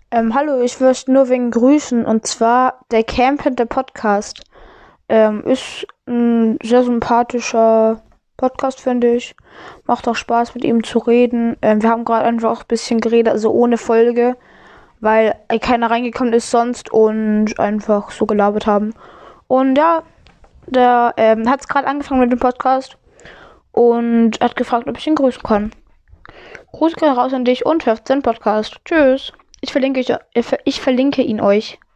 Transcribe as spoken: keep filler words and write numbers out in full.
Ähm, hallo, ich möchte nur wegen grüßen und zwar der Campende Podcast. Ähm, ist ein sehr sympathischer Podcast, finde ich. Macht auch Spaß, mit ihm zu reden. Ähm, wir haben gerade einfach auch ein bisschen geredet, also ohne Folge, weil äh, keiner reingekommen ist sonst und einfach so gelabert haben. Und ja, der ähm, hat es gerade angefangen mit dem Podcast und hat gefragt, ob ich ihn grüßen kann. Gruß geht raus an dich und hört den Podcast. Tschüss. Ich verlinke, ich, ich verlinke ihn euch.